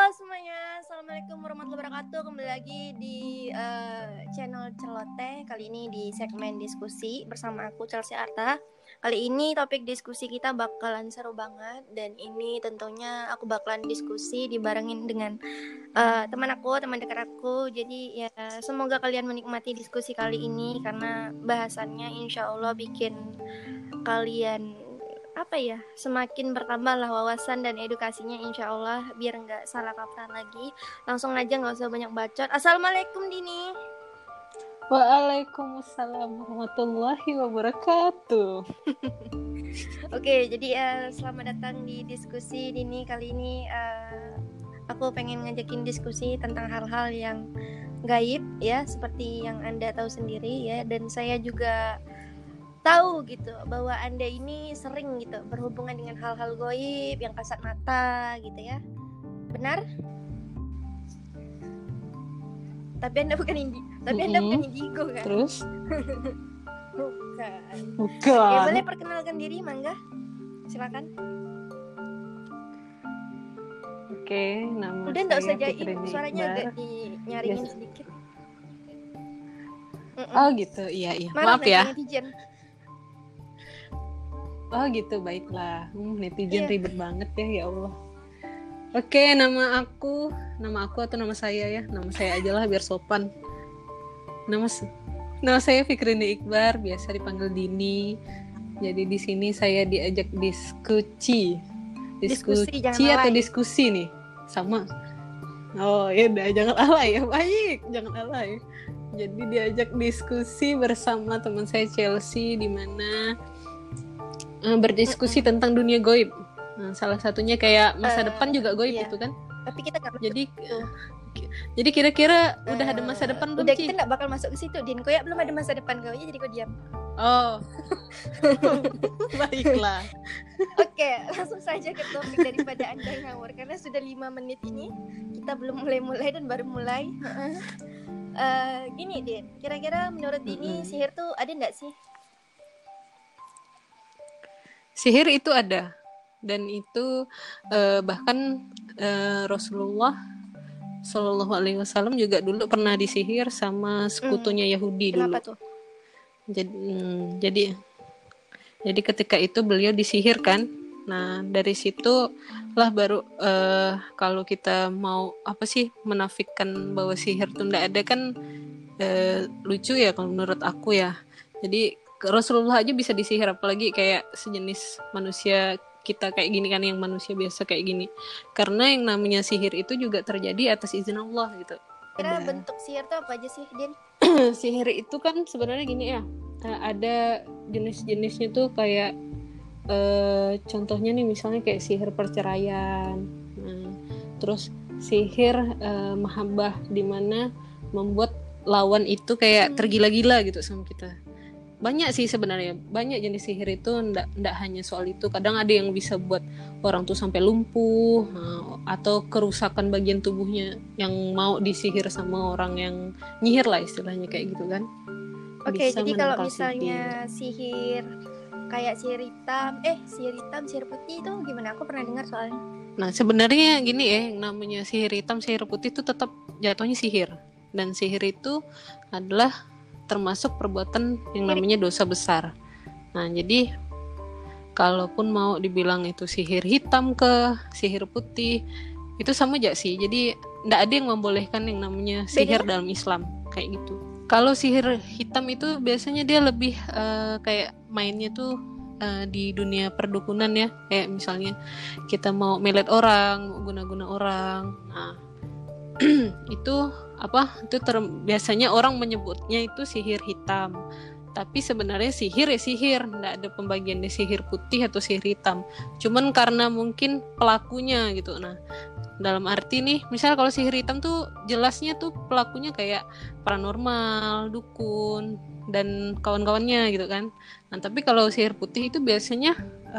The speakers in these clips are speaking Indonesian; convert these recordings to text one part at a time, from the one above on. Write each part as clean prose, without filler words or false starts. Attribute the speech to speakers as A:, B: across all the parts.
A: semuanya, Assalamualaikum warahmatullahi wabarakatuh. Kembali lagi di channel Celoteh. Kali ini di segmen diskusi bersama aku Chelsea Arta. Kali ini topik diskusi kita bakalan seru banget. Dan ini tentunya aku bakalan diskusi dibarengin dengan teman dekat aku. Jadi ya semoga kalian menikmati diskusi kali ini, karena bahasannya insya Allah bikin kalian semakin bertambah lah wawasan dan edukasinya insya Allah, biar nggak salah kaprah lagi. Langsung aja, nggak usah banyak bacot. Assalamualaikum Dini.
B: Waalaikumsalam warahmatullahi wabarakatuh.
A: Oke, jadi selamat datang di diskusi Dini. Kali ini aku pengen ngajakin diskusi tentang hal-hal yang gaib ya, seperti yang Anda tahu sendiri ya, dan saya juga tahu gitu bahwa Anda ini sering gitu berhubungan dengan hal-hal gaib yang kasat mata gitu ya. Benar? Tapi Anda bukan indigo kan?
B: Terus?
A: Bukan.
B: Bukan.
A: Boleh perkenalkan diri, mangga? Silakan.
B: Oke, nama
A: udah
B: saya
A: usah jaim,
B: Fikrini
A: suaranya
B: Iqbar.
A: agak dinyaringin sedikit.
B: Oh gitu, iya.
A: Marah
B: Maaf ya.
A: Netizen.
B: Oh gitu, baiklah. Netizen ribet banget ya Allah. Oke, nama aku atau nama saya ya? Nama saya aja lah biar sopan. Nama saya Fikrini Iqbar, biasa dipanggil Dini. Jadi di sini saya diajak diskusi atau diskusi nih, sama. Oh ya udah, jangan alay ya, baik, jangan alay. Jadi diajak diskusi bersama teman saya Chelsea, di mana berdiskusi tentang dunia gaib. Nah, salah satunya kayak masa depan juga gaib itu kan.
A: Tapi kita nggak.
B: Jadi kira-kira udah ada masa depan belum?
A: Udah, kita nggak bakal masuk ke situ, Din. Kok ya belum ada masa depan kau, jadi kau diam.
B: Oh, baiklah.
A: Oke, langsung saja ke topik daripada Anda ngawur, karena sudah 5 menit ini kita belum mulai dan baru mulai. Gini, Din. Kira-kira menurut Dini sihir tuh ada nggak sih?
B: Sihir itu ada, dan itu bahkan Rasulullah Shallallahu Alaihi Wasallam juga dulu pernah disihir sama sekutunya Yahudi.
A: Kenapa
B: dulu.
A: Tuh?
B: Jadi ketika itu beliau disihirkan. Nah dari situ lah baru kalau kita mau menafikan bahwa sihir itu tidak ada kan lucu ya kalau menurut aku ya. Jadi Rasulullah aja bisa disihir, apalagi kayak sejenis manusia kita kayak gini kan, yang manusia biasa kayak gini. Karena yang namanya sihir itu juga terjadi atas izin Allah gitu.
A: Kira bentuk sihir itu apa aja sih, Din?
B: Sihir itu kan sebenarnya gini ya, ada jenis-jenisnya tuh kayak contohnya nih misalnya kayak sihir perceraian, terus sihir mahabbah, dimana membuat lawan itu kayak tergila-gila gitu sama kita. Banyak sih sebenarnya, banyak jenis sihir itu, ndak hanya soal itu. Kadang ada yang bisa buat orang tuh sampai lumpuh, atau kerusakan bagian tubuhnya yang mau disihir sama orang yang nyihir lah istilahnya, kayak gitu kan.
A: Oke, jadi kalau misalnya sihir kayak sihir hitam, sihir putih itu gimana? Aku pernah dengar soalnya.
B: Nah sebenarnya gini ya, yang namanya sihir hitam, sihir putih itu tetap jatuhnya sihir. Dan sihir itu adalah termasuk perbuatan yang namanya dosa besar. Nah jadi kalaupun mau dibilang itu sihir hitam ke sihir putih, itu sama aja sih. Jadi tidak ada yang membolehkan yang namanya sihir dalam Islam kayak gitu. Kalau sihir hitam itu biasanya dia lebih kayak mainnya tuh di dunia perdukunan ya. Kayak misalnya kita mau melet orang, mau guna-guna orang. Nah itu biasanya orang menyebutnya itu sihir hitam. Tapi sebenarnya sihir ya sihir, nggak ada pembagian sihir putih atau sihir hitam. Cuman karena mungkin pelakunya gitu. Nah, dalam arti nih, misal kalau sihir hitam tuh jelasnya tuh pelakunya kayak paranormal, dukun, dan kawan-kawannya gitu kan. Nah, tapi kalau sihir putih itu biasanya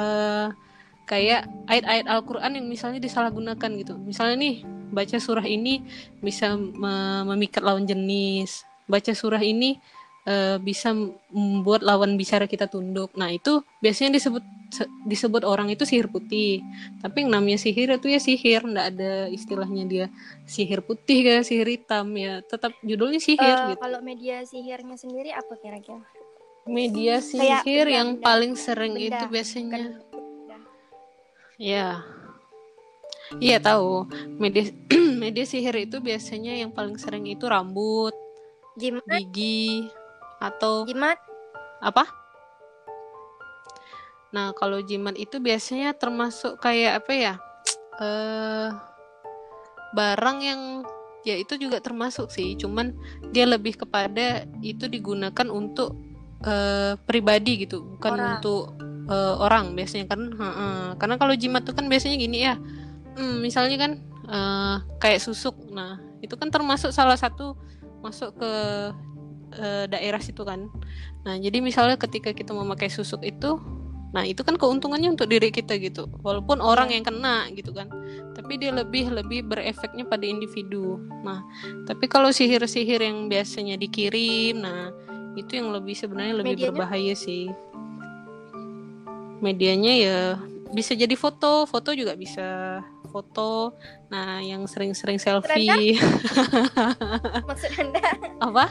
B: kayak ayat-ayat Al-Quran yang misalnya disalahgunakan gitu. Misalnya nih, baca surah ini bisa memikat lawan jenis. Baca surah ini bisa membuat lawan bicara kita tunduk. Nah, itu biasanya disebut orang itu sihir putih. Tapi yang namanya sihir itu ya sihir, nggak ada istilahnya dia sihir putih kayak sihir hitam, ya tetap judulnya sihir gitu.
A: Kalau media sihirnya sendiri apa kira-kira?
B: Media
A: Kayak
B: sihir
A: benda,
B: yang
A: benda,
B: paling sering
A: benda,
B: itu
A: bukan
B: biasanya
A: benda.
B: ya, iya tahu. Media media sihir itu biasanya yang paling sering itu rambut,
A: Jimat,
B: gigi, atau
A: jimat,
B: apa? Nah, kalau jimat itu biasanya termasuk kayak apa ya? Barang yang ya itu juga termasuk sih, cuman dia lebih kepada itu digunakan untuk pribadi gitu, bukan
A: orang.
B: untuk orang biasanya kan. Karena kalau jimat itu kan biasanya gini ya, misalnya kan kayak susuk. Nah, itu kan termasuk salah satu masuk ke daerah situ kan. Nah, jadi misalnya ketika kita memakai susuk itu, nah itu kan keuntungannya untuk diri kita gitu, walaupun orang yang kena gitu kan, tapi dia lebih berefeknya pada individu. Nah, tapi kalau sihir-sihir yang biasanya dikirim, nah itu yang sebenarnya lebih
A: Medianya?
B: berbahaya sih. Medianya ya bisa jadi foto juga bisa foto. Nah, yang sering-sering selfie.
A: Maksud Anda?
B: Apa?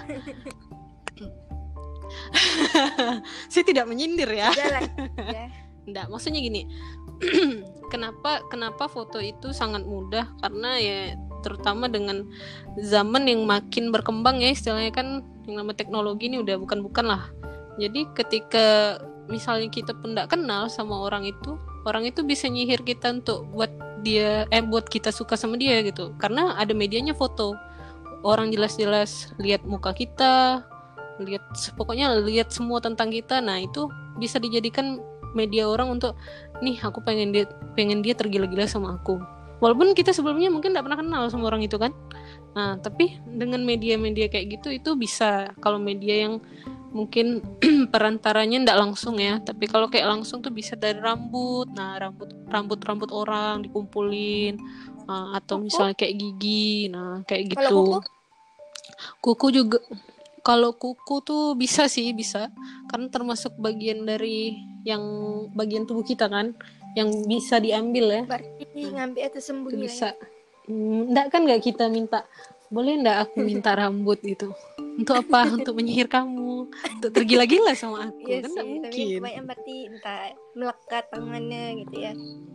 B: Saya tidak menyindir ya. Enggak, maksudnya gini. Kenapa foto itu sangat mudah? Karena ya terutama dengan zaman yang makin berkembang ya, istilahnya kan yang namanya teknologi ini udah bukan lah. Jadi ketika misalnya kita pun enggak kenal sama orang itu bisa nyihir kita untuk buat kita suka sama dia gitu. Karena ada medianya foto. Orang jelas-jelas lihat muka kita, pokoknya lihat semua tentang kita. Nah, itu bisa dijadikan media orang untuk nih, aku pengen dia tergila-gila sama aku, walaupun kita sebelumnya mungkin tidak pernah kenal sama orang itu kan. Nah, tapi dengan media-media kayak gitu itu bisa. Kalau media yang mungkin perantaranya tidak langsung ya, tapi kalau kayak langsung tuh bisa dari rambut. Nah, rambut orang dikumpulin, atau
A: kuku?
B: Misalnya kayak gigi. Nah, kayak gitu.
A: Kalau
B: kuku juga. Kalau kuku tuh bisa karena termasuk bagian dari bagian tubuh kita kan, yang bisa diambil ya.
A: Berarti ngambil atau sembunyi
B: bisa. Enggak kan, nggak kita minta, boleh enggak aku minta rambut gitu. Untuk apa? Untuk menyihir kamu, untuk tergila-gila sama aku.
A: Iya
B: Kan
A: sih,
B: mungkin.
A: tapi kebanyakan berarti entah melekat tangannya gitu ya.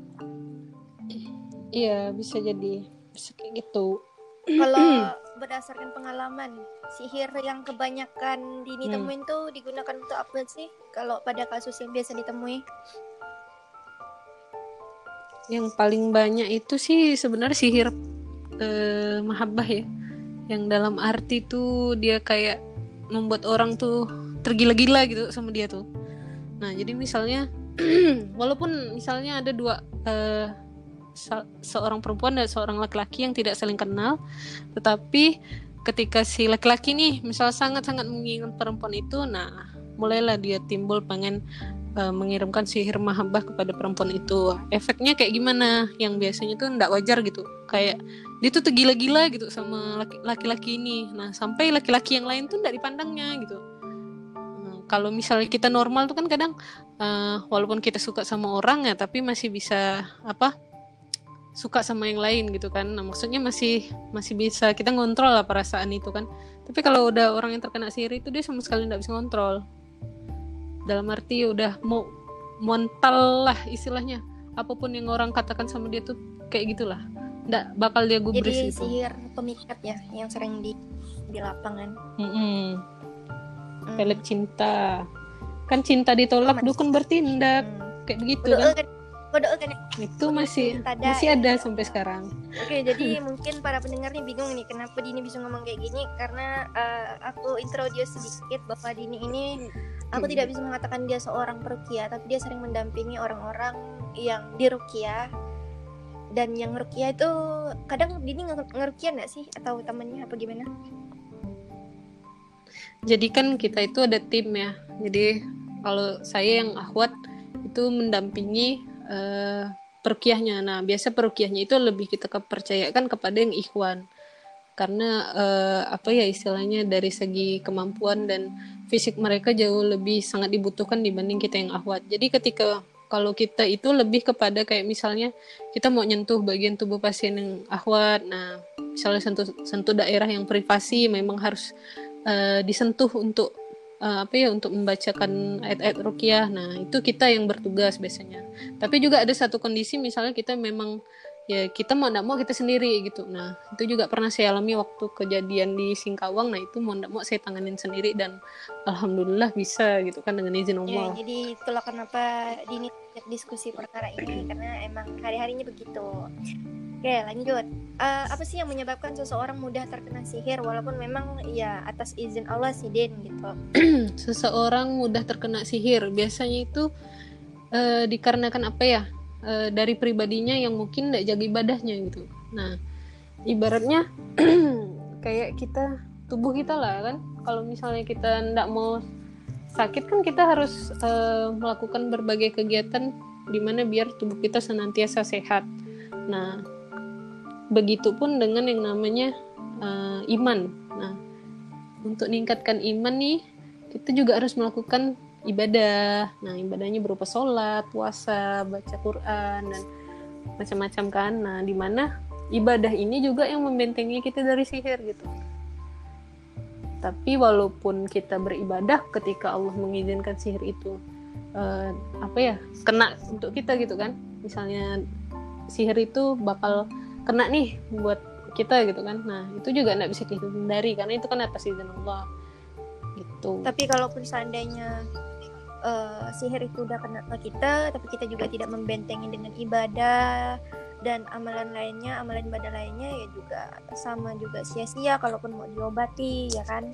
B: Iya, bisa jadi. Bisa kayak gitu.
A: Kalau berdasarkan pengalaman, sihir yang kebanyakan ditemuin tuh digunakan untuk apa sih? Kalau pada kasus yang biasa ditemui?
B: Yang paling banyak itu sih sebenarnya sihir mahabbah ya. Yang dalam arti tuh dia kayak membuat orang tuh tergila-gila gitu sama dia tuh. Nah, jadi misalnya walaupun misalnya ada dua, seorang perempuan dan seorang laki-laki yang tidak saling kenal, tetapi ketika si laki-laki nih misal sangat-sangat menginginkan perempuan itu, nah mulailah dia timbul pengen mengirimkan sihir mahabbah kepada perempuan itu. Efeknya kayak gimana? Yang biasanya tuh nggak wajar gitu, kayak dia tuh tergila-gila gitu sama laki-laki ini. Nah, sampai laki-laki yang lain tuh nggak dipandangnya gitu. Kalau misalnya kita normal tuh kan kadang walaupun kita suka sama orang ya, tapi masih bisa suka sama yang lain gitu kan. Nah, maksudnya masih bisa kita ngontrol lah perasaan itu kan. Tapi kalau udah orang yang terkena sihir itu dia sama sekali nggak bisa ngontrol. Dalam arti udah mau mental lah istilahnya. Apapun yang orang katakan sama dia tuh kayak gitulah. Nggak bakal dia gubris
A: gitu. Jadi
B: sihir
A: pemikat ya yang sering di lapangan.
B: Pelet cinta. Kan cinta ditolak dukun bertindak. Kayak begitu kan. Itu masih ada sampai sekarang.
A: Oke, jadi mungkin para pendengar nih bingung nih kenapa Dini bisa ngomong kayak gini, karena aku introduce sedikit bahwa Dini ini aku tidak bisa mengatakan dia seorang peruqyah, tapi dia sering mendampingi orang-orang yang diruqyah. Dan yang ruqyah itu kadang Dini ngeruqyah nggak sih, atau temannya apa gimana?
B: Jadi kan kita itu ada tim ya. Jadi kalau saya yang akhwat itu mendampingi peruqyahnya. Nah, biasa peruqyahnya itu lebih kita kepercayakan kepada yang ikhwan. karena apa ya istilahnya dari segi kemampuan dan fisik mereka jauh lebih sangat dibutuhkan dibanding kita yang ahwat. Jadi ketika kalau kita itu lebih kepada kayak misalnya kita mau nyentuh bagian tubuh pasien yang ahwat, nah misalnya sentuh daerah yang privasi memang harus disentuh untuk apa ya untuk membacakan ayat-ayat ruqyah. Nah itu kita yang bertugas biasanya. Tapi juga ada satu kondisi misalnya kita memang ya kita mau nggak mau kita sendiri gitu. Nah itu juga pernah saya alami waktu kejadian di Singkawang. Nah itu mau nggak mau saya tanganin sendiri dan alhamdulillah bisa gitu kan dengan izin
A: Ya,
B: Allah.
A: jadi itulah kenapa Dini diskusi perkara ini karena emang hari-harinya begitu. Oke, lanjut. Apa sih yang menyebabkan seseorang mudah terkena sihir walaupun memang ya atas izin Allah sih Din gitu.
B: Seseorang mudah terkena sihir biasanya itu dikarenakan apa ya? Dari pribadinya yang mungkin tidak jaga ibadahnya gitu. Nah, ibaratnya kayak kita tubuh kita lah kan. Kalau misalnya kita tidak mau sakit kan kita harus melakukan berbagai kegiatan di mana biar tubuh kita senantiasa sehat. Nah, begitupun dengan yang namanya iman. Nah, untuk meningkatkan iman nih kita juga harus melakukan ibadah. Nah, ibadahnya berupa sholat, puasa, baca Quran dan macam-macam kan. Nah, di mana ibadah ini juga yang membentengi kita dari sihir gitu. Tapi walaupun kita beribadah ketika Allah mengizinkan sihir itu apa ya kena untuk kita gitu kan. Misalnya sihir itu bakal kena nih buat kita gitu kan. Nah, itu juga enggak bisa dihindari karena itu kan atas izin Allah. Gitu.
A: Tapi kalaupun seandainya sihir itu udah kena ke kita, tapi kita juga tidak membentengi dengan ibadah dan amalan ibadah lainnya ya juga sama juga sia-sia kalaupun mau diobati ya kan.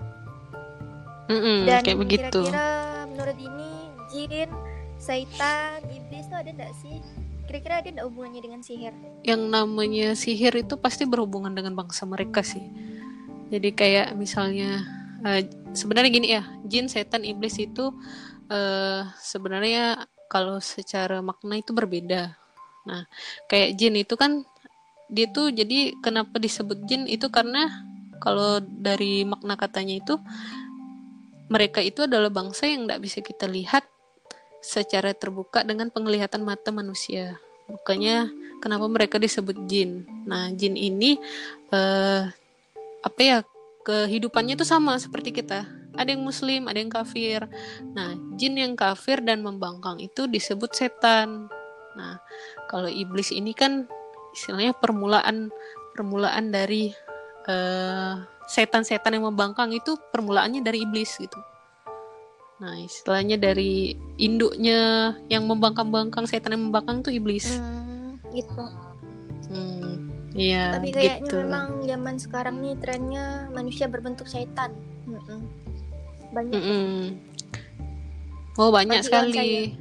A: Dan
B: kayak begitu.
A: Kira-kira menurut ini jin, setan, iblis itu ada nggak sih? Kira-kira ada nggak hubungannya dengan sihir?
B: Yang namanya sihir itu pasti berhubungan dengan bangsa mereka sih. Jadi kayak misalnya sebenarnya gini ya, jin, setan, iblis itu sebenarnya kalau secara makna itu berbeda. Nah, kayak jin itu kan dia tuh jadi kenapa disebut jin itu karena kalau dari makna katanya itu mereka itu adalah bangsa yang tidak bisa kita lihat secara terbuka dengan penglihatan mata manusia. Makanya kenapa mereka disebut jin. Nah, jin ini apa ya kehidupannya itu sama seperti kita. Ada yang muslim, ada yang kafir. Nah, jin yang kafir dan membangkang itu disebut setan. Nah, kalau iblis ini kan istilahnya permulaan dari setan-setan yang membangkang itu permulaannya dari iblis gitu. Nah, istilahnya dari induknya yang membangkang-bangkang, setan yang membangkang itu iblis.
A: Gitu.
B: Iya.
A: Tapi kayaknya
B: gitu.
A: memang zaman sekarang nih trennya manusia berbentuk setan. Banyak.
B: Oh, banyak sekali.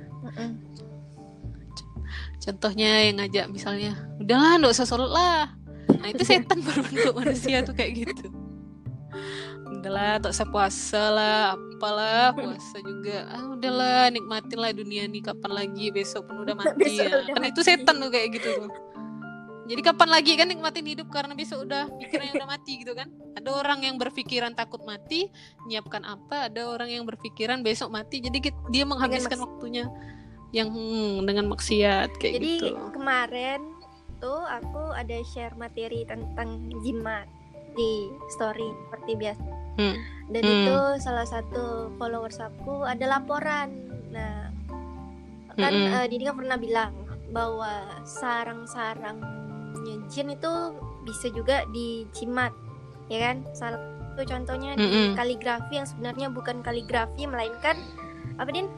B: Contohnya yang ngajak misalnya, udahlah nggak usah sholat lah. Nah itu setan berbentuk manusia tuh kayak gitu. Udahlah tak usah puasa lah, apalah puasa juga. Udahlah nikmatin lah dunia nih, kapan lagi besok pun udah mati ya. Kan itu setan tuh kayak gitu tuh. Jadi kapan lagi kan nikmatin hidup karena besok udah pikirannya udah mati gitu kan. Ada orang yang berpikiran takut mati, nyiapkan apa, ada orang yang berpikiran besok mati, jadi dia menghabiskan waktunya yang dengan maksiat kayak
A: jadi,
B: gitu.
A: Jadi kemarin tuh aku ada share materi tentang jimat di story seperti biasa. Dan itu salah satu followers aku ada laporan. Nah, kan Didi kan pernah bilang bahwa sarang-sarangnya jin itu bisa juga dijimat, ya kan? Salah satu contohnya di kaligrafi yang sebenarnya bukan kaligrafi melainkan apa Din?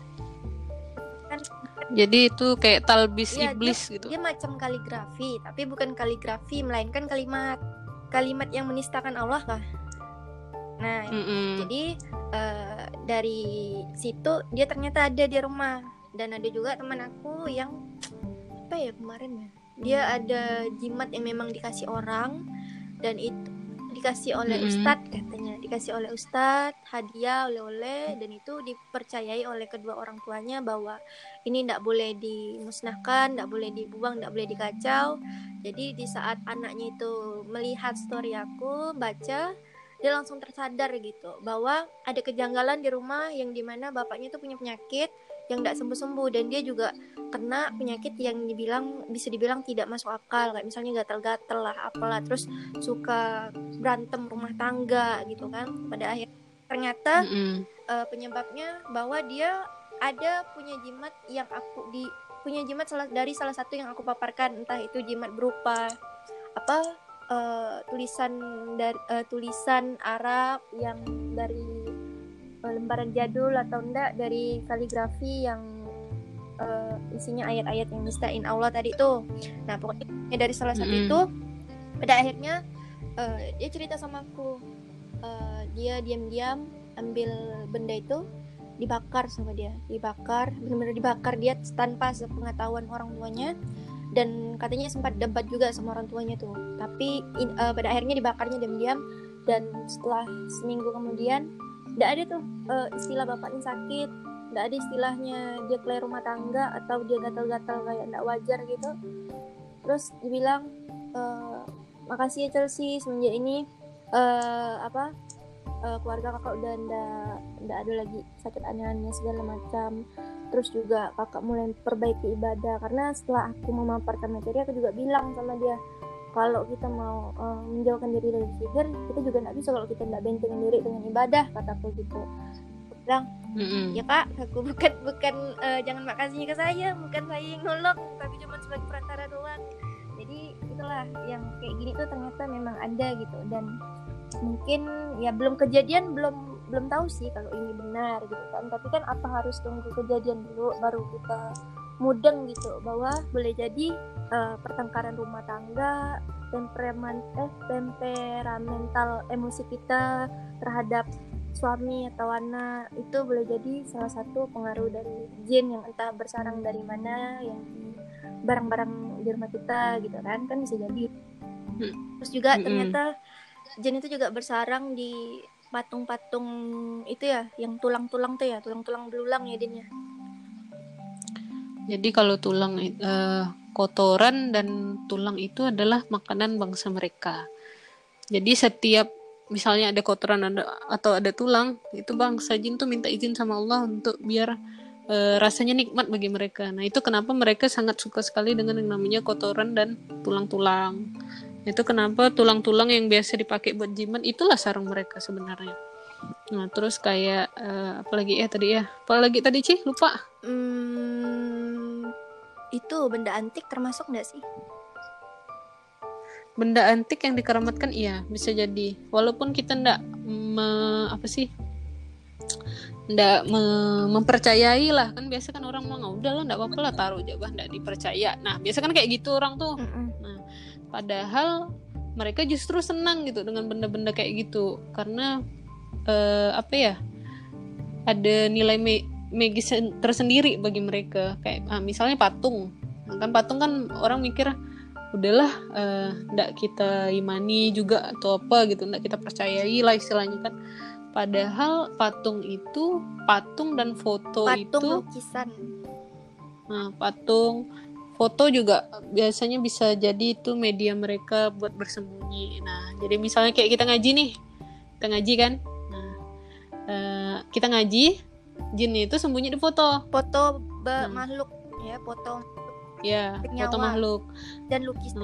B: Jadi itu kayak talbis iblis gitu.
A: Dia macam kaligrafi, tapi bukan kaligrafi melainkan kalimat yang menistakan Allah kah? Nah, jadi dari situ dia ternyata ada di rumah. Dan ada juga teman aku yang apa ya kemarin ya, dia ada jimat yang memang dikasih orang dan itu dikasih oleh ustadz katanya, dikasih oleh ustadz hadiah oleh-oleh, dan itu dipercayai oleh kedua orang tuanya bahwa ini tidak boleh dimusnahkan, tidak boleh dibuang, tidak boleh dikacau. Jadi di saat anaknya itu melihat story aku baca, dia langsung tersadar gitu bahwa ada kejanggalan di rumah yang dimana bapaknya itu punya penyakit yang tidak sembuh-sembuh, dan dia juga kena penyakit yang bisa dibilang tidak masuk akal, kayak misalnya gatal-gatal lah apalah, terus suka berantem rumah tangga gitu kan. Pada akhir ternyata penyebabnya bahwa dia ada punya jimat yang punya jimat dari salah satu yang aku paparkan, entah itu jimat berupa tulisan Arab yang dari lembaran jadul, atau enggak dari kaligrafi yang isinya ayat-ayat yang nistain Allah tadi tuh. Nah pokoknya dari salah satu itu, pada akhirnya dia cerita sama aku, dia diam-diam ambil benda itu, dibakar sama dia, benar-benar dibakar dia tanpa sepengetahuan orang tuanya, dan katanya sempat debat juga sama orang tuanya tuh, tapi pada akhirnya dibakarnya diam-diam. Dan setelah seminggu kemudian tidak ada tuh istilah bapaknya sakit, tidak ada istilahnya dia keluar rumah tangga atau dia gatal-gatal kayak tidak wajar gitu. Terus dibilang makasih ya Chelsea, semenjak ini keluarga kakak udah ndak ada lagi sakit aneh-aneh segala macam. Terus juga kakak mulai perbaiki ibadah, karena setelah aku memaparkan materi, aku juga bilang sama dia, kalau kita mau menjauhkan diri dari sihir, kita juga nggak bisa kalau kita nggak bentengan diri dengan ibadah, kataku gitu. Aku bilang, ya kak, aku bukan jangan makasihnya ke saya, bukan saya yang nolong, tapi cuma sebagai perantara doang. Jadi itulah yang kayak gini tuh ternyata memang ada gitu, dan mungkin ya belum kejadian, belum tahu sih kalau ini benar gitu kan. Tapi kan apa harus tunggu kejadian dulu baru kita mudeng gitu bahwa boleh jadi pertengkaran rumah tangga, temperamental emosi kita terhadap suami atau anak itu boleh jadi salah satu pengaruh dari jin yang entah bersarang dari mana, yang di barang-barang di rumah kita gitu kan bisa jadi. Terus juga ternyata jin itu juga bersarang di patung-patung itu ya, yang tulang-tulang tuh ya, tulang-tulang belulang ya Din ya.
B: Jadi kalau tulang kotoran dan tulang itu adalah makanan bangsa mereka. Jadi setiap misalnya ada kotoran atau ada tulang, itu bangsa jin tuh minta izin sama Allah untuk biar rasanya nikmat bagi mereka. Nah itu kenapa mereka sangat suka sekali dengan yang namanya kotoran dan tulang-tulang. Itu kenapa tulang-tulang yang biasa dipakai buat jimat itulah sarang mereka sebenarnya. Nah terus kayak apalagi tadi Ci lupa.
A: Itu benda antik termasuk nggak sih?
B: Benda antik yang dikeramatkan iya bisa jadi, walaupun kita ndak mempercayai lah kan. Biasa kan orang mau udah lah ndak apa-apa lah taruh aja ndak dipercaya. Nah biasa kan kayak gitu orang tuh. Nah padahal mereka justru senang gitu dengan benda-benda kayak gitu, karena ada nilai magis tersendiri bagi mereka. Kayak misalnya patung. Nah, kan patung kan orang mikir udahlah ndak kita imani juga atau apa gitu, ndak kita percayai lah istilahnya kan. Padahal patung dan foto itu
A: lukisan.
B: Nah, patung, foto juga biasanya bisa jadi itu media mereka buat bersembunyi. Nah, jadi misalnya kayak kita ngaji kan. Nah, kita ngaji, jin itu sembunyi di foto.
A: Makhluk ya, foto.
B: Ya, foto makhluk
A: dan lukisan.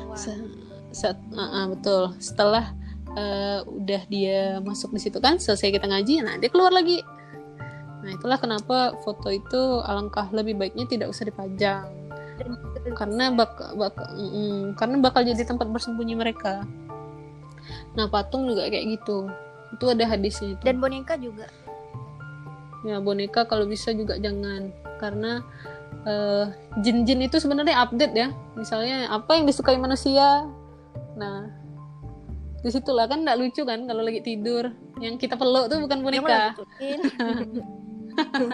B: Nah, betul. Setelah udah dia masuk di situ kan, selesai kita ngaji, nah dia keluar lagi. Nah, itulah kenapa foto itu alangkah lebih baiknya tidak usah dipajang. Karena bakal jadi tempat bersembunyi mereka. Nah, patung juga kayak gitu. Itu ada hadisnya itu.
A: Dan boneka juga.
B: Ya, boneka kalau bisa juga jangan, karena jin-jin itu sebenarnya update ya. Misalnya apa yang disukai manusia. Nah, disitulah kan nggak lucu kan kalau lagi tidur yang kita peluk tuh bukan boneka.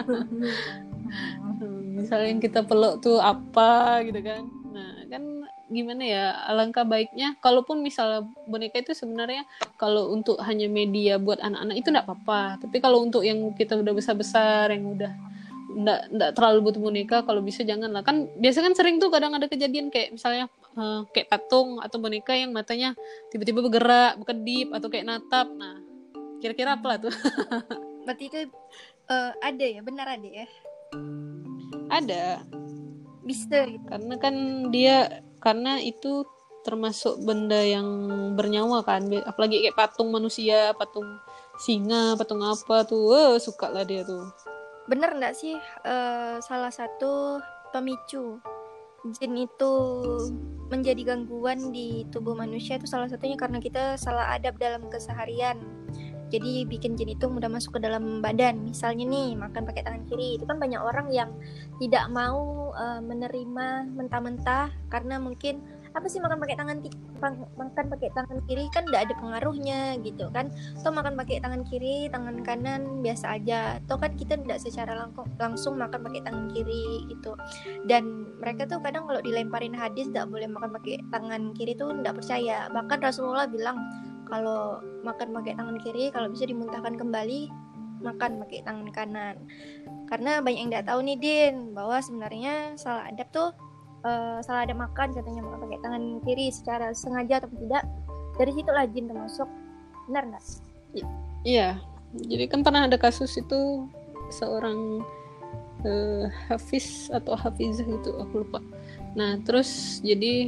B: Misalnya yang kita peluk tuh apa gitu kan. Nah kan gimana ya, alangkah baiknya kalaupun misalnya boneka itu sebenarnya kalau untuk hanya media buat anak-anak itu enggak apa-apa, tapi kalau untuk yang kita udah besar-besar yang udah enggak terlalu butuh boneka, kalau bisa jangan lah. Kan biasa kan sering tuh kadang ada kejadian kayak misalnya kayak patung atau boneka yang matanya tiba-tiba bergerak, berkedip atau kayak natap. Nah, kira-kira apa lah tuh?
A: Berarti itu ada ya, benar ada ya?
B: Ada.
A: Bisa gitu.
B: Karena itu termasuk benda yang bernyawa kan, apalagi kayak patung manusia, patung singa, patung apa tuh, suka lah dia tuh.
A: Bener nggak sih salah satu pemicu jin itu menjadi gangguan di tubuh manusia itu salah satunya karena kita salah adab dalam keseharian. Jadi bikin jin itu mudah masuk ke dalam badan. Misalnya nih makan pakai tangan kiri, itu kan banyak orang yang tidak mau menerima mentah-mentah karena mungkin apa sih makan pakai tangan kiri kan tidak ada pengaruhnya gitu kan. Atau makan pakai tangan kiri, tangan kanan biasa aja. Atau kan kita tidak secara langsung makan pakai tangan kiri gitu. Dan mereka tuh kadang kalau dilemparin hadis tidak boleh makan pakai tangan kiri tuh tidak percaya. Bahkan Rasulullah bilang kalau makan pakai tangan kiri kalau bisa dimuntahkan kembali makan pakai tangan kanan. Karena banyak yang tidak tahu nih Din bahwa sebenarnya salah adab tuh salah adab makan, contohnya makan pakai tangan kiri secara sengaja atau tidak, dari situlah jin termasuk. Benar nggak?
B: Iya, jadi kan pernah ada kasus itu seorang hafiz atau hafizah gitu, aku lupa. Nah terus jadi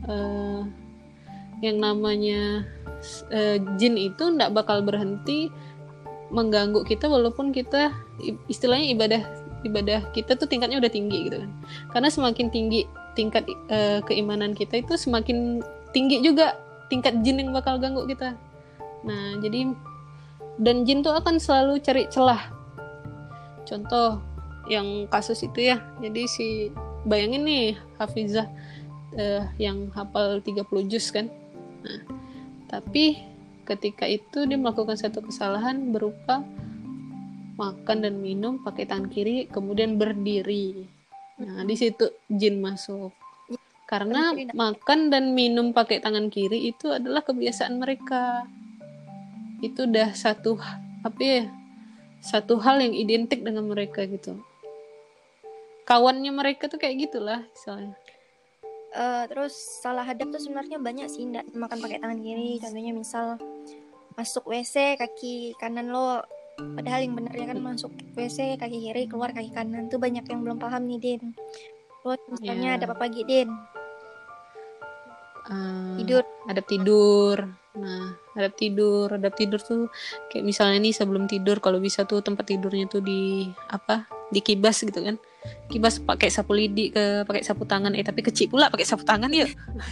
B: yang namanya jin itu nggak bakal berhenti mengganggu kita walaupun kita istilahnya ibadah kita tuh tingkatnya udah tinggi gitu kan. Karena semakin tinggi tingkat keimanan kita itu semakin tinggi juga tingkat jin yang bakal ganggu kita. Nah jadi dan jin tuh akan selalu cari celah. Contoh yang kasus itu ya, jadi bayangin nih hafizah yang hafal 30 juz kan. Nah tapi ketika itu dia melakukan satu kesalahan berupa makan dan minum pakai tangan kiri kemudian berdiri. Nah, di situ jin masuk. Karena makan dan minum pakai tangan kiri itu adalah kebiasaan mereka. Itu udah satu hal yang identik dengan mereka gitu. Kawannya mereka tuh kayak gitulah misalnya.
A: Terus salah hadap tuh sebenarnya banyak sih, nggak makan pakai tangan kiri. Contohnya misal masuk WC kaki kanan lo, padahal yang benernya kan masuk WC kaki kiri, keluar kaki kanan. Tuh banyak yang belum paham nih Din. Lo misalnya ada apa pagi Din?
B: Tidur. Nah adab tidur tuh kayak misalnya nih sebelum tidur kalau bisa tuh tempat tidurnya tuh dikibas gitu kan. Kibas pakai sapu lidi pakai sapu tangan, tapi kecil pula pakai sapu tangan ya.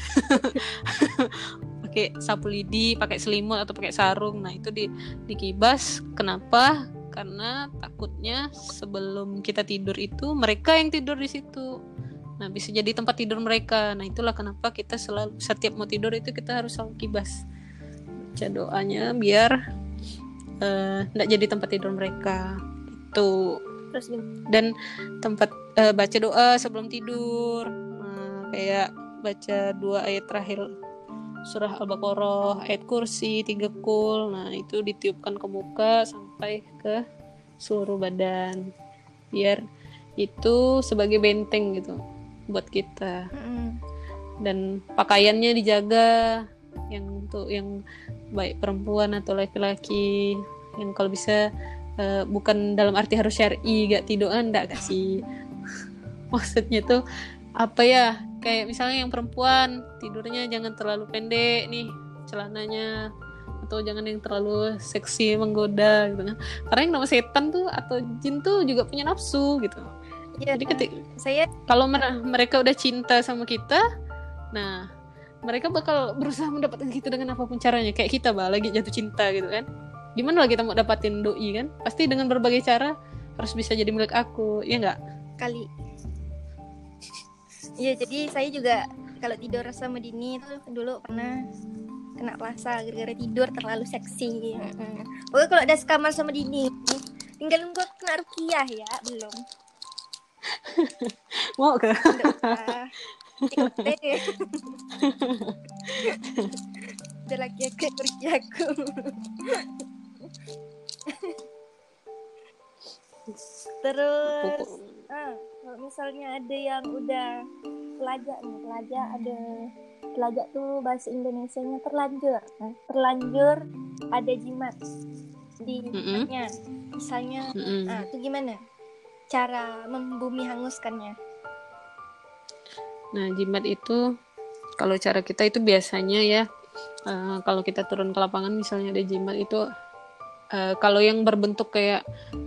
B: Pakai sapu lidi, pakai selimut atau pakai sarung. Nah itu dikibas. Kenapa? Karena takutnya sebelum kita tidur itu mereka yang tidur di situ. Nah bisa jadi tempat tidur mereka. Nah itulah kenapa kita selalu setiap mau tidur itu kita harus selalu kibas. Baca doanya biar nggak jadi tempat tidur mereka. Itu. Dan tempat baca doa sebelum tidur, kayak baca 2 ayat terakhir surah Al-Baqarah, ayat kursi, 3 kul. Nah itu ditiupkan ke muka sampai ke seluruh badan biar itu sebagai benteng gitu buat kita. Dan pakaiannya dijaga, yang baik perempuan atau laki-laki, yang kalau bisa bukan dalam arti harus syar'i gak tiduran, enggak sih. Maksudnya tuh apa ya, kayak misalnya yang perempuan tidurnya jangan terlalu pendek nih celananya, atau jangan yang terlalu seksi menggoda gitu kan. Karena yang nama setan tuh atau jin tuh juga punya nafsu gitu. Ya, jadi kalau mereka udah cinta sama kita, nah mereka bakal berusaha mendapatkan kita dengan apapun caranya. Kayak kita lagi jatuh cinta gitu kan. Gimana lah kita mau dapatin doi kan? Pasti dengan berbagai cara harus bisa jadi milik aku, ya nggak?
A: Kali. Iya, jadi saya juga kalau tidur sama Dini itu dulu pernah kena puasa gara-gara tidur terlalu seksi. Pokoknya kalau ada sekamar sama Dini, tinggalin gue kena rukiah ya, belum.
B: Mau ke?
A: Cikletek. Ada laki aku kursi aku. Terus kalau misalnya ada yang udah telajak nih, telajak tuh bahasa Indonesianya terlanjur. Nah, terlanjur ada jimat di jimatnya. Misalnya, itu gimana cara membumi hanguskannya?
B: Nah, jimat itu kalau cara kita itu biasanya ya, kalau kita turun ke lapangan misalnya ada jimat itu, kalau yang berbentuk kayak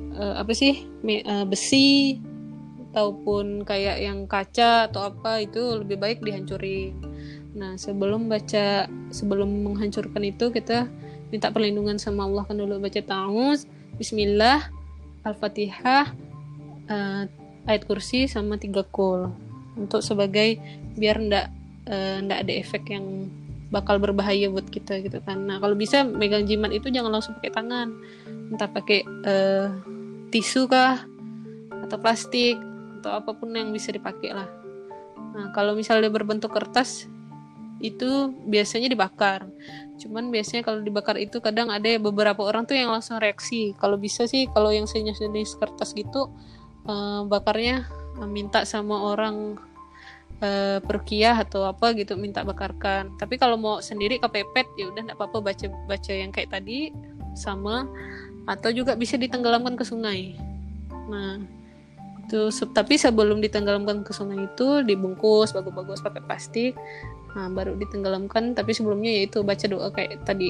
B: besi ataupun kayak yang kaca atau apa, itu lebih baik dihancurin. Nah, sebelum menghancurkan itu kita minta perlindungan sama Allah kan dulu, baca ta'awuz, bismillah, al-fatihah, ayat kursi sama 3 qul untuk sebagai biar ndak ada efek yang bakal berbahaya buat kita gitu kan. Nah, kalau bisa megang jimat itu jangan langsung pakai tangan, entah pakai tisu kah atau plastik atau apapun yang bisa dipakai lah. Nah, kalau misalnya berbentuk kertas itu biasanya dibakar. Cuman biasanya kalau dibakar itu kadang ada beberapa orang tuh yang langsung reaksi. Kalau bisa sih kalau yang jenis kertas gitu, bakarnya minta sama orang perukiah atau apa gitu, minta bakarkan. Tapi kalau mau sendiri kepepet ya udah enggak apa-apa, baca yang kayak tadi sama, atau juga bisa ditenggelamkan ke sungai. Nah, itu tapi sebelum ditenggelamkan ke sungai itu dibungkus bagus-bagus pakai plastik. Nah, baru ditenggelamkan, tapi sebelumnya yaitu baca doa kayak tadi.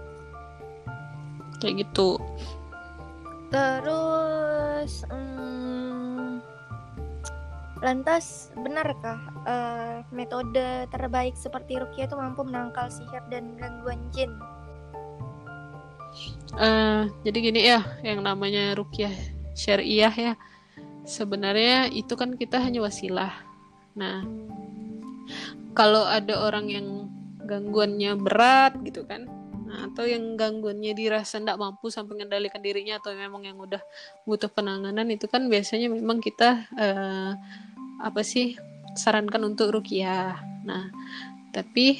B: Kayak gitu.
A: Terus lantas benarkah metode terbaik seperti ruqyah itu mampu menangkal sihir dan gangguan jin?
B: Jadi gini ya, yang namanya ruqyah syariah ya, sebenarnya itu kan kita hanya wasilah. Nah, kalau ada orang yang gangguannya berat gitu kan, atau yang gangguannya dirasa tidak mampu sampai mengendalikan dirinya, atau memang yang udah butuh penanganan, itu kan biasanya memang kita sarankan untuk ruqyah. Nah, tapi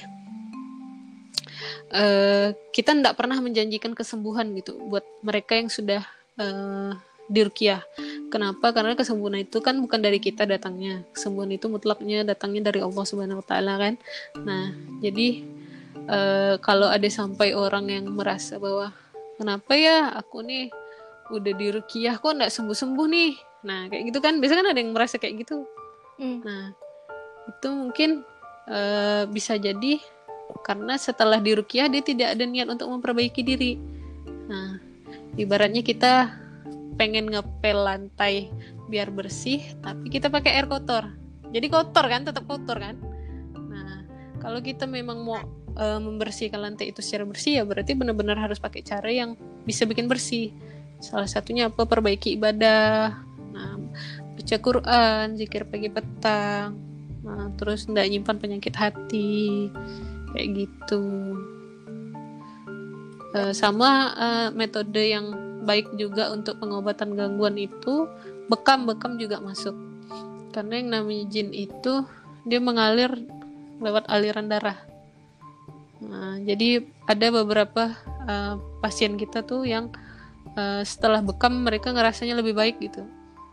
B: kita tidak pernah menjanjikan kesembuhan gitu buat mereka yang sudah diruqyah. Kenapa? Karena kesembuhan itu kan bukan dari kita datangnya. Kesembuhan itu mutlaknya datangnya dari Allah Subhanahu wa taala kan. Nah, jadi kalau ada sampai orang yang merasa bahwa kenapa ya aku nih udah diruqyah kok enggak sembuh-sembuh nih. Nah, kayak gitu kan. Biasanya kan ada yang merasa kayak gitu. Nah, itu mungkin bisa jadi karena setelah diruqyah dia tidak ada niat untuk memperbaiki diri. Nah, ibaratnya kita pengen ngepel lantai biar bersih, tapi kita pakai air kotor. Jadi kotor kan, tetap kotor kan. Nah, kalau kita memang mau membersihkan lantai itu secara bersih, ya berarti benar-benar harus pakai cara yang bisa bikin bersih. Salah satunya apa? Perbaiki ibadah. Nah, baca Quran, zikir pagi petang. Nah, terus nggak nyimpan penyakit hati. Kayak gitu. Sama metode yang baik juga untuk pengobatan gangguan itu, bekam juga masuk. Karena yang namanya jin itu dia mengalir lewat aliran darah. Nah, jadi ada beberapa pasien kita tuh yang setelah bekam mereka ngerasanya lebih baik gitu.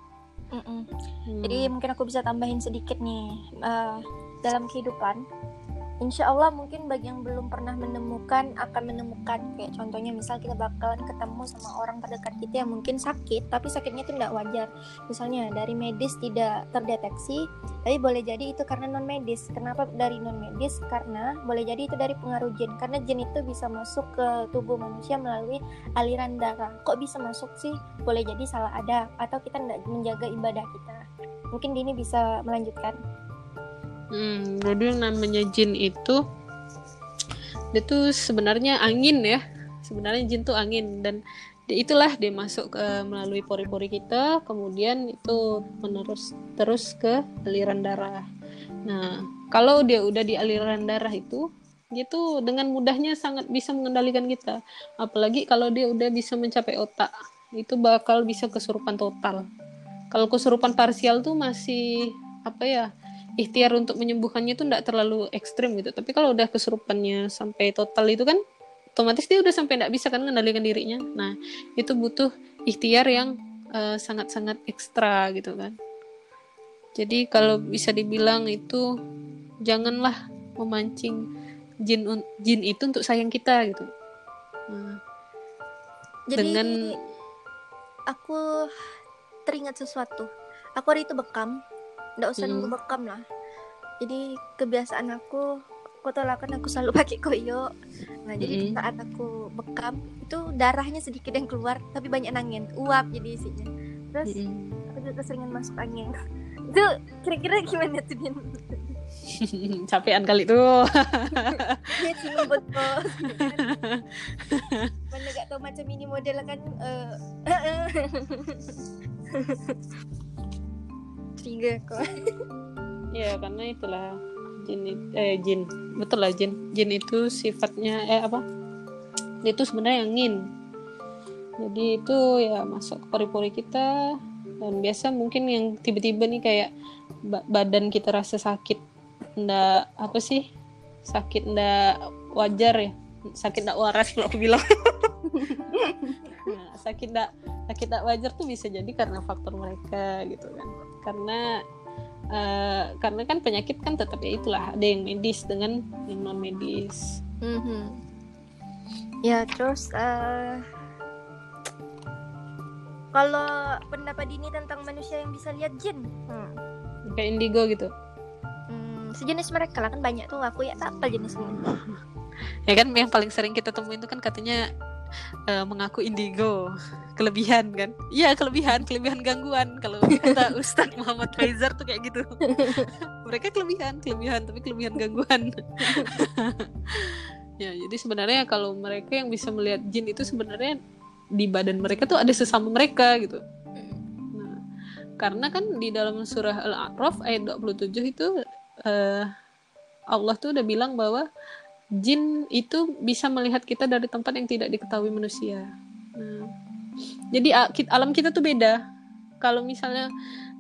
A: Jadi mungkin aku bisa tambahin sedikit nih, dalam kehidupan insya Allah mungkin bagi yang belum pernah menemukan akan menemukan. Kayak contohnya misal kita bakalan ketemu sama orang terdekat kita yang mungkin sakit, tapi sakitnya itu tidak wajar. Misalnya dari medis tidak terdeteksi, tapi boleh jadi itu karena non medis. Kenapa dari non medis? Karena boleh jadi itu dari pengaruh jin. Karena jin itu bisa masuk ke tubuh manusia melalui aliran darah. Kok bisa masuk sih? Boleh jadi salah adab atau kita tidak menjaga ibadah kita. Mungkin Dini bisa melanjutkan.
B: Jadi yang namanya jin itu dia tuh sebenarnya angin ya. Sebenarnya jin tuh angin, dan itulah dia masuk melalui pori-pori kita, kemudian itu terus ke aliran darah. Nah, kalau dia udah di aliran darah itu, dia tuh dengan mudahnya sangat bisa mengendalikan kita. Apalagi kalau dia udah bisa mencapai otak, itu bakal bisa kesurupan total. Kalau kesurupan parsial tuh masih ikhtiar untuk menyembuhkannya itu enggak terlalu ekstrim gitu. Tapi kalau udah kesurupannya sampai total itu kan otomatis dia udah sampai enggak bisa kan mengendalikan dirinya. Nah, itu butuh ikhtiar yang sangat-sangat ekstra gitu kan. Jadi kalau bisa dibilang itu janganlah memancing jin itu untuk sayang kita gitu. Nah,
A: Jadi
B: dengan
A: aku teringat sesuatu. Aku hari itu bekam, nggak usah nunggu bekam lah. Jadi kebiasaan aku tolakan aku selalu pakai koyo. Nah jadi saat aku bekam itu darahnya sedikit yang keluar tapi banyak angin, uap jadi isinya. Terus aku juga keseringan masuk angin. Itu kira-kira gimana tuh Din?
B: Capean kali tuh.
A: Dia sih ngebut kok. Mana gak tau macam ini model kan. Trigger kok.
B: Ya karena itulah jin betul lah jin itu sifatnya dia itu sebenarnya angin. Jadi itu ya masuk ke pori-pori kita, dan biasa mungkin yang tiba-tiba nih kayak badan kita rasa sakit, ndak sakit ndak wajar ya, sakit ndak waras kalau aku bilang. Nah, sakit ndak wajar tuh bisa jadi karena faktor mereka gitu kan, karena kan penyakit kan tetap ya itulah, ada yang medis dengan yang non medis.
A: Ya terus kalau pendapat Dini tentang manusia yang bisa lihat jin,
B: kayak indigo gitu.
A: Sejenis mereka lah kan banyak tuh, aku ya tak apa jenisnya.
B: Ya kan yang paling sering kita temuin itu kan katanya mengaku indigo, kelebihan kan? Iya kelebihan gangguan. Kalau kata Ustadz Muhammad Faizar tuh kayak gitu. Mereka kelebihan tapi kelebihan gangguan. Ya jadi sebenarnya kalau mereka yang bisa melihat jin itu sebenarnya di badan mereka tuh ada sesama mereka gitu. Nah, karena kan di dalam surah Al-A'raf ayat 27 itu Allah tuh udah bilang bahwa jin itu bisa melihat kita dari tempat yang tidak diketahui manusia. Nah, jadi alam kita tuh beda. Kalau misalnya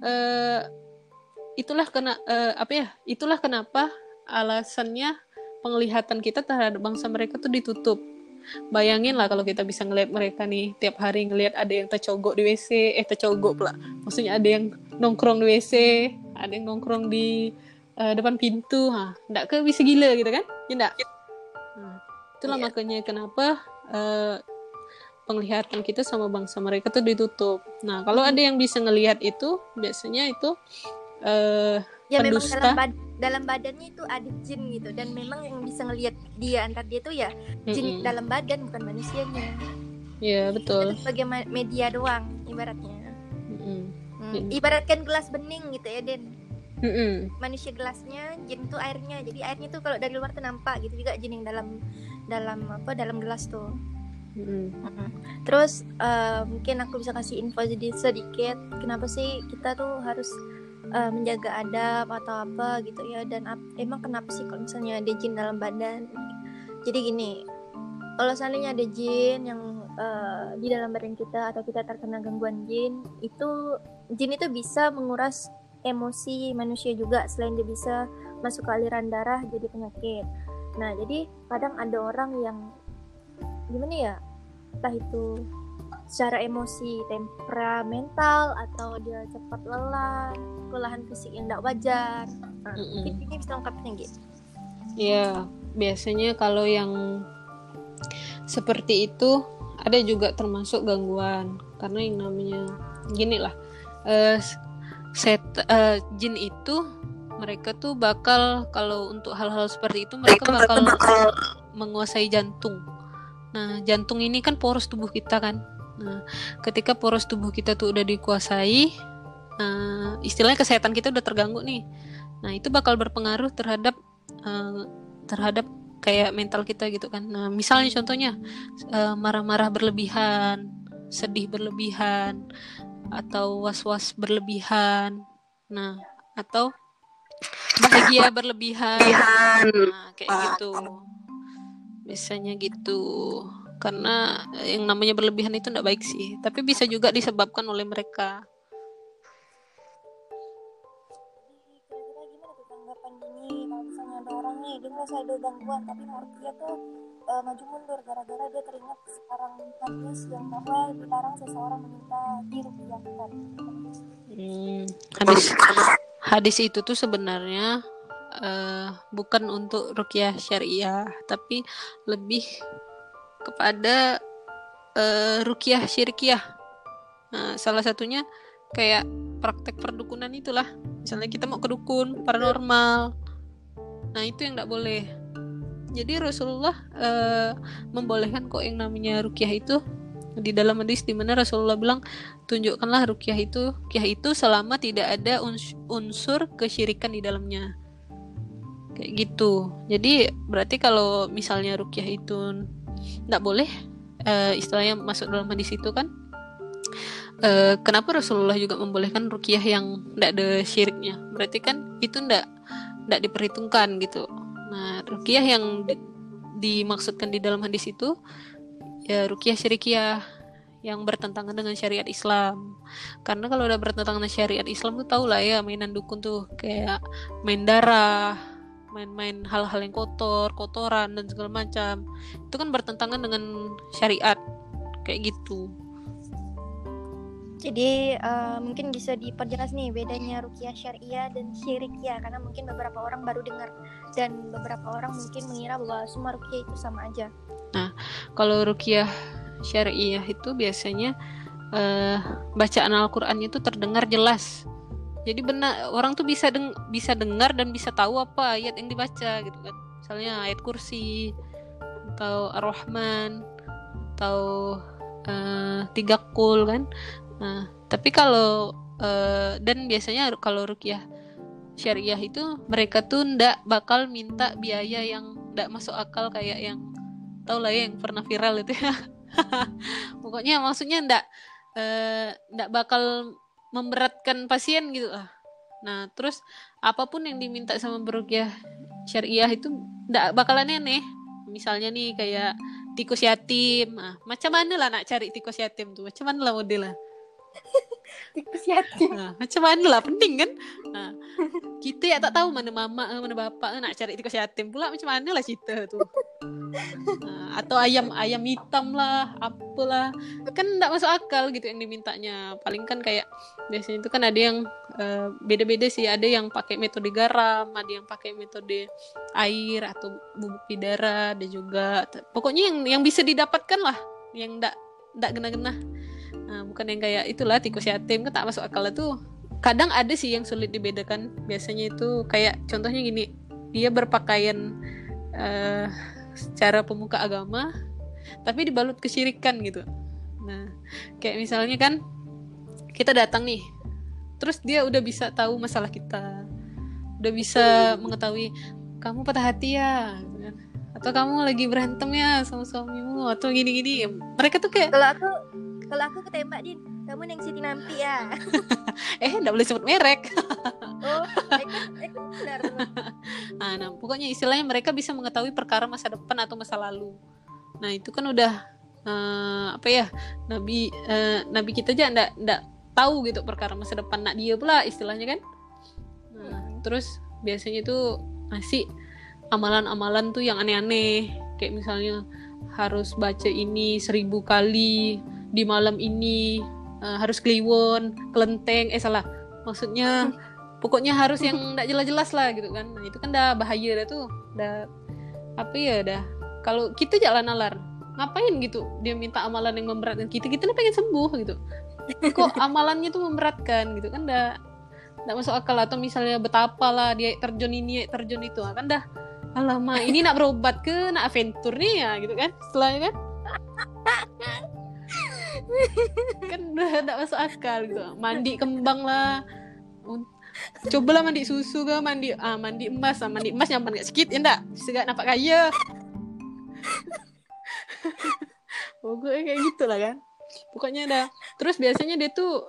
B: itulah kenapa alasannya penglihatan kita terhadap bangsa mereka tuh ditutup. Bayangin lah kalau kita bisa ngelihat mereka nih tiap hari, ngelihat ada yang tercogok di WC, maksudnya ada yang nongkrong di WC, ada yang nongkrong di depan pintu, nggak bisa gila gitu kan? Ya nggak? Itulah makanya kenapa penglihatan kita sama bangsa mereka tuh ditutup. Nah, kalau ada yang bisa ngelihat itu, biasanya itu
A: ya
B: pendusta.
A: Memang dalam badannya itu ada jin gitu, dan memang yang bisa ngelihat dia antar dia tuh ya jin dalam badan, bukan manusianya.
B: Iya betul.
A: Itu sebagai media doang ibaratnya. Ibaratkan gelas bening gitu ya Den. Manusia gelasnya, jin itu airnya. Jadi airnya tuh kalau dari luar tuh nampak gitu, juga jin yang dalam gelas tuh. Terus mungkin aku bisa kasih info sedikit kenapa sih kita tuh harus menjaga adab atau apa gitu ya, dan emang kenapa sih kalau misalnya ada jin dalam badan. Jadi gini, kalau seandainya ada jin yang di dalam badan kita atau kita terkena gangguan jin itu bisa menguras emosi manusia juga, selain dia bisa masuk ke aliran darah jadi penyakit. Nah jadi kadang ada orang yang gimana ya, entah itu secara emosi, temperamental, atau dia cepat lelah, kelelahan fisik yang tidak wajar. Ini bisa lengkapnya gitu.
B: Ya, biasanya kalau yang seperti itu ada juga termasuk gangguan, karena yang namanya gini lah, jin itu mereka tuh bakal, kalau untuk hal-hal seperti itu mereka bakal menguasai jantung. Nah, jantung ini kan poros tubuh kita kan. Nah, ketika poros tubuh kita tuh udah dikuasai, istilahnya kesehatan kita udah terganggu nih. Nah, itu bakal berpengaruh terhadap kayak mental kita gitu kan. Nah, misalnya contohnya marah-marah berlebihan, sedih berlebihan, atau was-was berlebihan. Nah, atau bahagia berlebihan. Nah, kayak gitu. Biasanya gitu. Karena yang namanya berlebihan itu tidak baik sih, tapi bisa juga disebabkan oleh mereka.
A: Kira-kira gimana tanggapan gini, kalau misalnya ada orang nih dia merasa ada gangguan tapi mau dia tuh maju mundur gara-gara dia teringat sekarang hadis yang bahwa dilarang seseorang meminta diruqyahkan.
B: Hadis itu tuh sebenarnya bukan untuk ruqyah syariah, tapi lebih kepada ruqyah syirkiyah. Nah, salah satunya kayak praktek perdukunan itulah. Misalnya kita mau ke dukun paranormal, nah itu yang tidak boleh. Jadi Rasulullah membolehkan kok yang namanya ruqyah itu. Di dalam hadis di mana Rasulullah bilang, tunjukkanlah ruqyah itu selama tidak ada unsur kesyirikan di dalamnya. Kayak gitu. Jadi berarti kalau misalnya ruqyah itu tidak boleh, istilahnya masuk dalam hadis itu kan, kenapa Rasulullah juga membolehkan ruqyah yang tidak ada syiriknya? Berarti kan itu tidak diperhitungkan gitu. Nah, ruqyah yang dimaksudkan di dalam hadis itu ya ruqyah syirikiyah yang bertentangan dengan syariat Islam. Karena kalau udah bertentangan dengan syariat Islam tuh tau lah ya, mainan dukun tuh kayak main darah, main hal-hal yang kotoran dan segala macam. Itu kan bertentangan dengan syariat kayak gitu.
A: Jadi mungkin bisa diperjelas nih bedanya ruqyah syariah dan syirikiyah, karena mungkin beberapa orang baru dengar dan beberapa orang mungkin mengira bahwa semua ruqyah itu sama aja.
B: Nah, kalau ruqyah syariah itu biasanya bacaan Al-Qur'annya itu terdengar jelas. Jadi benar orang tuh bisa dengar dan bisa tahu apa ayat yang dibaca gitu kan. Misalnya ayat kursi atau Ar-Rahman atau 3 Qul kan. Nah, tapi kalau dan biasanya kalau ruqyah syariah itu mereka tuh ndak bakal minta biaya yang ndak masuk akal, kayak yang tau lah ya yang pernah viral itu ya. Pokoknya maksudnya ndak bakal memberatkan pasien gitu lah. Nah, terus apapun yang diminta sama beruqyah syariah itu ndak bakalan aneh. Misalnya nih kayak tikus yatim. Nah, macam mana lah nak cari tikus yatim tuh? Macam mana lah modelnya?
A: Tikus yatim.
B: Nah, macam mana lah, penting kan? Nah, kita ya tak tahu mana mama mana bapak nak cari tikus yatim pula, macam mana lah kita tuh. Nah, atau ayam hitam lah, apalah, kan nggak masuk akal gitu yang dimintanya. Paling kan kayak biasanya itu kan ada yang beda-beda sih, ada yang pakai metode garam, ada yang pakai metode air atau bubuk bidara, ada juga pokoknya yang bisa didapatkan lah, yang nggak gena-gena. Nah, bukan yang kayak itulah tikus yatim kan tak masuk akal tuh. Kadang ada sih yang sulit dibedakan. Biasanya itu kayak contohnya gini, dia berpakaian secara pemuka agama tapi dibalut kesyirikan gitu. Nah, kayak misalnya kan kita datang nih, terus dia udah bisa tahu masalah kita, udah bisa mengetahui kamu patah hati ya, atau kamu lagi berantem ya sama suamimu, atau gini-gini. Mereka tuh kayak
A: kalau aku ketembak Din, kamu neng Siti Nampi ya.
B: Nggak boleh sebut merek.
A: Oh, benar.
B: Nah, pokoknya istilahnya mereka bisa mengetahui perkara masa depan atau masa lalu. Nah, itu kan udah Nabi kita aja nggak tahu gitu perkara masa depan, nak dia pula istilahnya kan. Nah, terus biasanya itu masih amalan-amalan tuh yang aneh-aneh, kayak misalnya harus baca ini 1000 kali di malam ini, harus kliwon, kelenteng, maksudnya pokoknya harus yang nggak jelas-jelas lah gitu kan. Nah, itu kan dah bahaya dah tuh, dah kalau kita jalan nalar ngapain gitu dia minta amalan yang memberatkan kita pengen sembuh gitu, kok amalannya tuh memberatkan gitu kan, dah nggak masuk akal. Atau misalnya betapa lah dia terjun ini terjun itu, kan dah alamak ini nak berobat ke nak aventur nih ya gitu kan, setelahnya kan kan udah gak masuk akal gitu. Mandi kembang lah, cobalah mandi susu ke mandi emas nyaman gak sedikit ya ndak segak nampak kaya. Pokoknya kayak gitu lah kan. Pokoknya ada. Terus biasanya dia tuh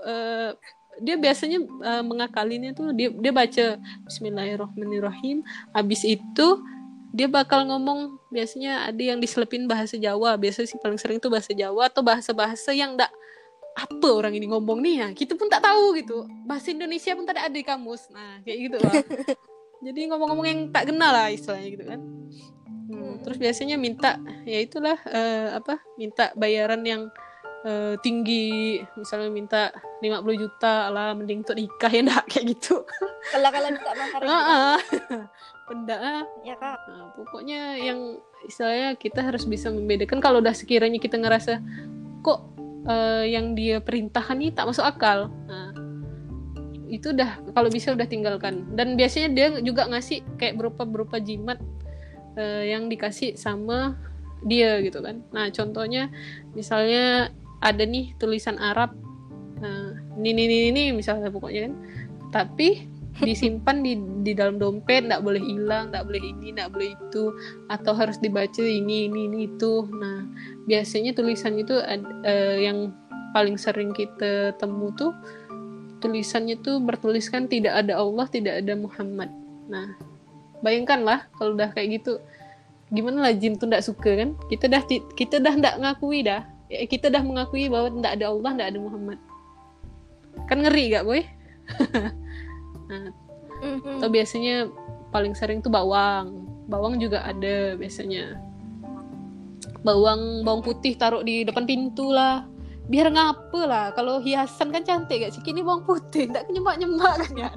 B: mengakalinya tuh dia baca Bismillahirrahmanirrahim, habis itu dia bakal ngomong, biasanya ada yang diselipin bahasa Jawa, biasanya sih paling sering tuh bahasa Jawa atau bahasa-bahasa yang ndak apa orang ini ngomong nih ya, kita pun tak tahu gitu, bahasa Indonesia pun tak ada di kamus. Nah kayak gitu lah. Jadi ngomong-ngomong yang tak kenal lah istilahnya gitu kan. Terus biasanya minta ya itulah minta bayaran yang tinggi, misalnya minta 50 juta lah, mending untuk nikah ya enggak kayak gitu.
A: Kalau minta mahar
B: benda
A: ya Kak.
B: Nah, pokoknya yang istilahnya kita harus bisa membedakan kalau udah sekiranya kita ngerasa kok yang dia perintahkan ini tak masuk akal. Nah, itu udah kalau bisa udah tinggalkan. Dan biasanya dia juga ngasih kayak berupa jimat yang dikasih sama dia gitu kan. Nah, contohnya misalnya ada nih tulisan Arab, ini misalnya pokoknya kan, tapi disimpan di dalam dompet, nggak boleh hilang, nggak boleh ini, nggak boleh itu, atau harus dibaca ini itu. Nah, biasanya tulisan itu yang paling sering kita temu tuh tulisannya tuh bertuliskan tidak ada Allah, tidak ada Muhammad. Nah, bayangkanlah kalau udah kayak gitu, gimana lah jin tuh nggak suka kan? Kita dah nggak ngakui dah. Kita dah mengakui bahwa tidak ada Allah, tidak ada Muhammad. Kan ngeri gak boy? Nah, atau biasanya paling sering tuh bawang juga ada biasanya. Bawang putih taruh di depan pintu lah. Biar ngapa lah, kalau hiasan kan cantik gak sih? Kini bawang putih, nggak nyemak kan ya?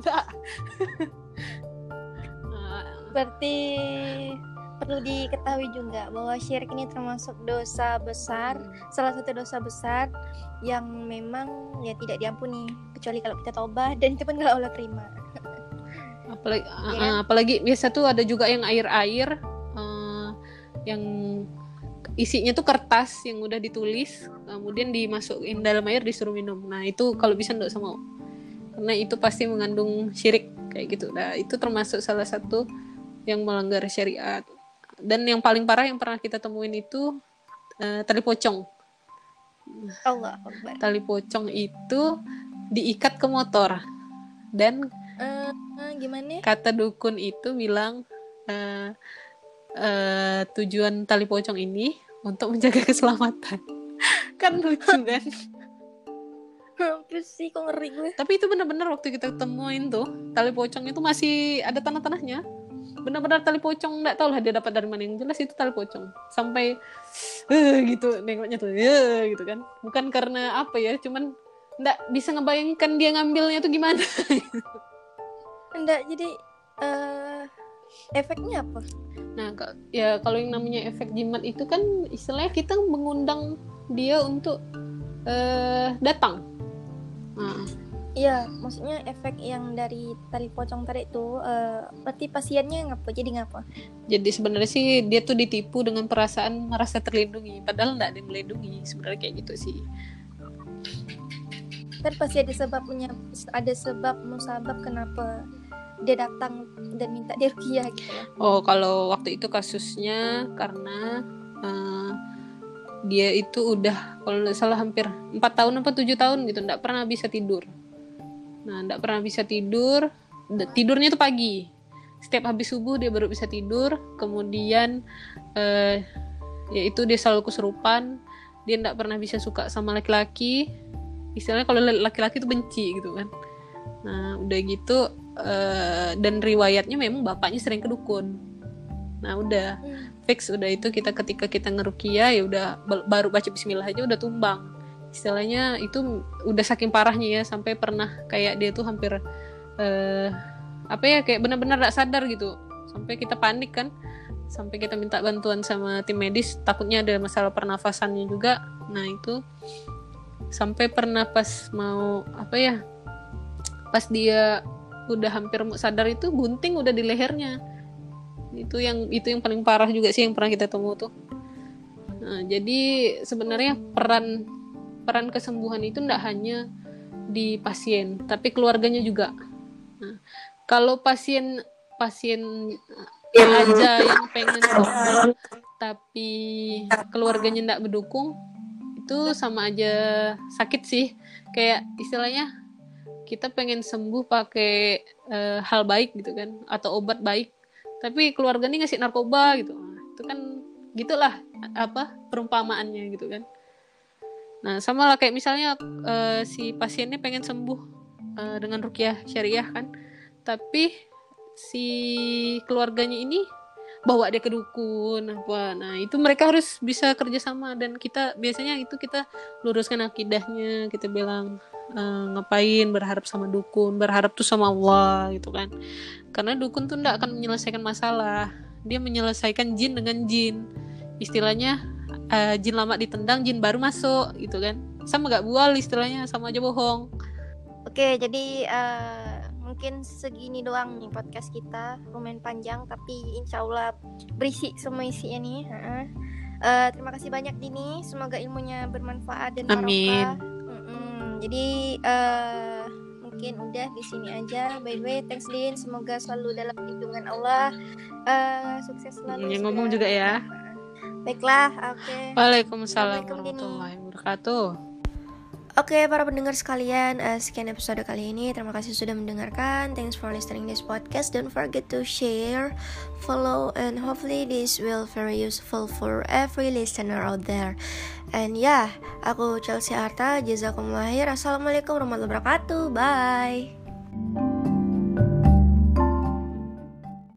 A: Berarti perlu diketahui juga bahwa syirik ini termasuk dosa besar, salah satu dosa besar yang memang ya tidak diampuni kecuali kalau kita taubat, dan itu pun kalau Allah terima.
B: Apalagi biasa tuh ada juga yang air yang isinya tuh kertas yang udah ditulis, kemudian dimasukin dalam air disuruh minum. Nah itu kalau bisa nggak sama, karena itu pasti mengandung syirik kayak gitu. Nah itu termasuk salah satu yang melanggar syariat. Dan yang paling parah yang pernah kita temuin itu tali pocong.
A: Allah Akbar.
B: Tali pocong itu diikat ke motor, dan
A: gimana?
B: Kata dukun itu bilang tujuan tali pocong ini untuk menjaga keselamatan. Kan lucu kan?
A: Apa sih, kok ngeri gue.
B: Tapi itu benar-benar waktu kita temuin tuh tali pocong itu masih ada tanah-tanahnya. Benar-benar tali pocong, nggak tahu lah dia dapat dari mana, yang jelas itu tali pocong. Sampai gitu nengoknya tuh gitu kan. Bukan karena apa ya, cuman nggak bisa ngebayangkan dia ngambilnya tuh gimana.
A: Nggak, jadi efeknya apa?
B: Nah ya kalau yang namanya efek jimat itu kan istilahnya kita mengundang dia untuk datang.
A: Iya, maksudnya efek yang dari tali pocong tadi itu berarti pasiennya ngapa?
B: Jadi sebenarnya sih dia tuh ditipu dengan perasaan merasa terlindungi, padahal nggak ada yang melindungi sebenarnya, kayak gitu sih.
A: Kan pasti ada sebab musabab kenapa dia datang dan minta diruqyah gitu.
B: Oh, kalau waktu itu kasusnya karena dia itu udah kalau nggak salah hampir 4 tahun atau 7 tahun gitu nggak pernah bisa tidur. Nah, nggak pernah bisa tidur. Tidurnya tuh pagi. Setiap habis subuh dia baru bisa tidur. Kemudian ya itu dia selalu kesurupan. Dia nggak pernah bisa suka sama laki-laki. Istilahnya kalau laki-laki tuh benci gitu kan. Nah, udah gitu dan riwayatnya memang bapaknya sering ke dukun. Nah, udah fix udah itu ketika kita ngeruqyah ya udah baru baca bismillah aja udah tumbang. Istilahnya itu udah saking parahnya ya, sampai pernah kayak dia tuh hampir kayak benar-benar gak sadar gitu, sampai kita panik kan, sampai kita minta bantuan sama tim medis, takutnya ada masalah pernafasannya juga. Nah itu sampai pernah pas dia udah hampir mau sadar itu gunting udah di lehernya. Itu yang paling parah juga sih yang pernah kita temu tuh. Nah, jadi sebenarnya peran kesembuhan itu tidak hanya di pasien, tapi keluarganya juga. Nah, kalau pasien aja yang pengen sembuh, tapi keluarganya tidak mendukung, itu sama aja sakit sih. Kayak istilahnya kita pengen sembuh pakai hal baik gitu kan, atau obat baik, tapi keluarganya ngasih narkoba gitu. Nah, itu kan gitulah perumpamaannya gitu kan. Nah, sama lah kayak misalnya si pasiennya pengen sembuh dengan ruqyah syariah kan, tapi si keluarganya ini bawa dia ke dukun apa. Nah itu mereka harus bisa kerjasama, dan kita biasanya itu kita luruskan akidahnya, kita bilang ngapain berharap sama dukun, berharap tuh sama Allah gitu kan, karena dukun tuh nggak akan menyelesaikan masalah, dia menyelesaikan jin dengan jin, istilahnya jin lama ditendang, jin baru masuk gitu kan, sama gak bual istilahnya, sama aja bohong.
A: Oke, jadi mungkin segini doang nih podcast kita, lumayan panjang tapi insya Allah berisi semua isinya nih. Terima kasih banyak Dini, semoga ilmunya bermanfaat dan barokah. Jadi mungkin udah di sini aja. By the way, thanks Din, semoga selalu dalam lindungan Allah, sukses selalu.
B: Yang ngomong juga ya.
A: Baiklah, oke.
B: Waalaikumsalam warahmatullahi wabarakatuh.
A: Oke, para pendengar sekalian, sekian episode kali ini. Terima kasih sudah mendengarkan. Thanks for listening this podcast. Don't forget to share, follow, and hopefully this will very useful for every listener out there. And aku Chelsea Arta. Jazakumullah khair. Assalamualaikum warahmatullahi wabarakatuh. Bye.